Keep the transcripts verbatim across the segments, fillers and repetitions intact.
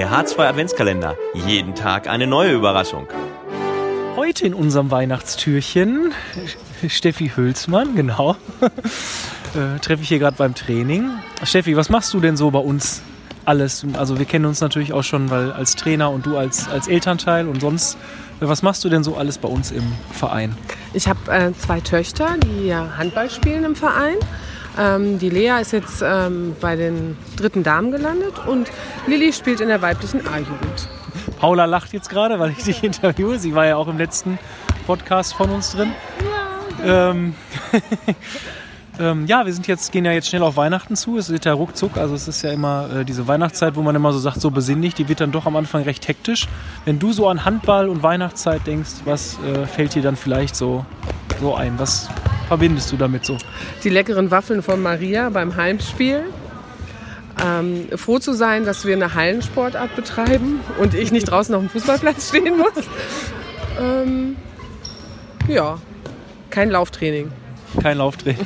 Der H zwei Adventskalender. Jeden Tag eine neue Überraschung. Heute in unserem Weihnachtstürchen Steffi Hülsmann, genau, äh, treffe ich hier gerade beim Training. Steffi, was machst du denn so bei uns alles? Also wir kennen uns natürlich auch schon, weil als Trainer und du als, als Elternteil und sonst. Was machst du denn so alles bei uns im Verein? Ich habe äh, zwei Töchter, die Handball spielen im Verein. Ähm, die Lea ist jetzt ähm, bei den dritten Damen gelandet und Lilly spielt in der weiblichen A-Jugend. Paula lacht jetzt gerade, weil ich dich interviewe. Sie war ja auch im letzten Podcast von uns drin. Ja, ähm, ähm, ja, wir sind jetzt, gehen ja jetzt schnell auf Weihnachten zu. Es wird ja ruckzuck. Also es ist ja immer äh, diese Weihnachtszeit, wo man immer so sagt, so besinnlich. Die wird dann doch am Anfang recht hektisch. Wenn du so an Handball und Weihnachtszeit denkst, was äh, fällt dir dann vielleicht so, so ein? Was verbindest du damit so? Die leckeren Waffeln von Maria beim Heimspiel. Ähm, froh zu sein, dass wir eine Hallensportart betreiben und ich nicht draußen auf dem Fußballplatz stehen muss. Ähm, ja, kein Lauftraining. Kein Lauftraining.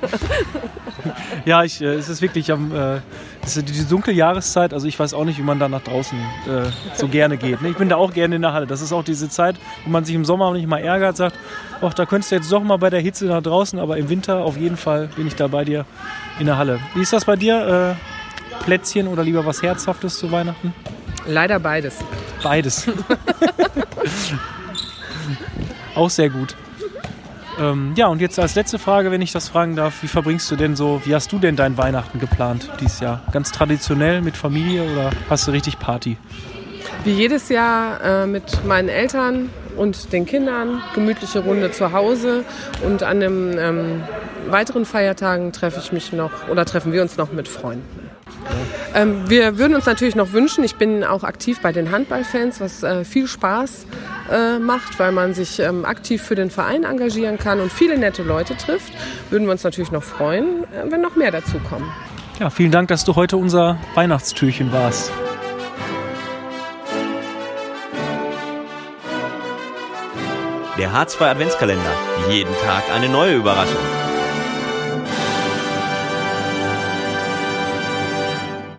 Ja, ich, äh, es ist wirklich am, äh, es ist diese dunkle Jahreszeit. Also ich weiß auch nicht, wie man da nach draußen äh, so gerne geht. Ne? Ich bin da auch gerne in der Halle. Das ist auch diese Zeit, wo man sich im Sommer nicht mal ärgert, sagt, ach, da könntest du jetzt doch mal bei der Hitze nach draußen, aber im Winter auf jeden Fall bin ich da bei dir in der Halle. Wie ist das bei dir? Äh, Plätzchen oder lieber was Herzhaftes zu Weihnachten? Leider beides. Beides. Auch sehr gut. Ähm, ja, und jetzt als letzte Frage, wenn ich das fragen darf, wie verbringst du denn so, wie hast du denn dein Weihnachten geplant dieses Jahr? Ganz traditionell mit Familie oder hast du richtig Party? Wie jedes Jahr äh, mit meinen Eltern und den Kindern, gemütliche Runde zu Hause und an den ähm, weiteren Feiertagen treffe ich mich noch oder treffen wir uns noch mit Freunden. Ähm, wir würden uns natürlich noch wünschen, ich bin auch aktiv bei den Handballfans, was äh, viel Spaß äh, macht, weil man sich ähm, aktiv für den Verein engagieren kann und viele nette Leute trifft. Würden wir uns natürlich noch freuen, äh, wenn noch mehr dazu kommen. Ja, vielen Dank, dass du heute unser Weihnachtstürchen warst. Der H zwei Adventskalender. Jeden Tag eine neue Überraschung.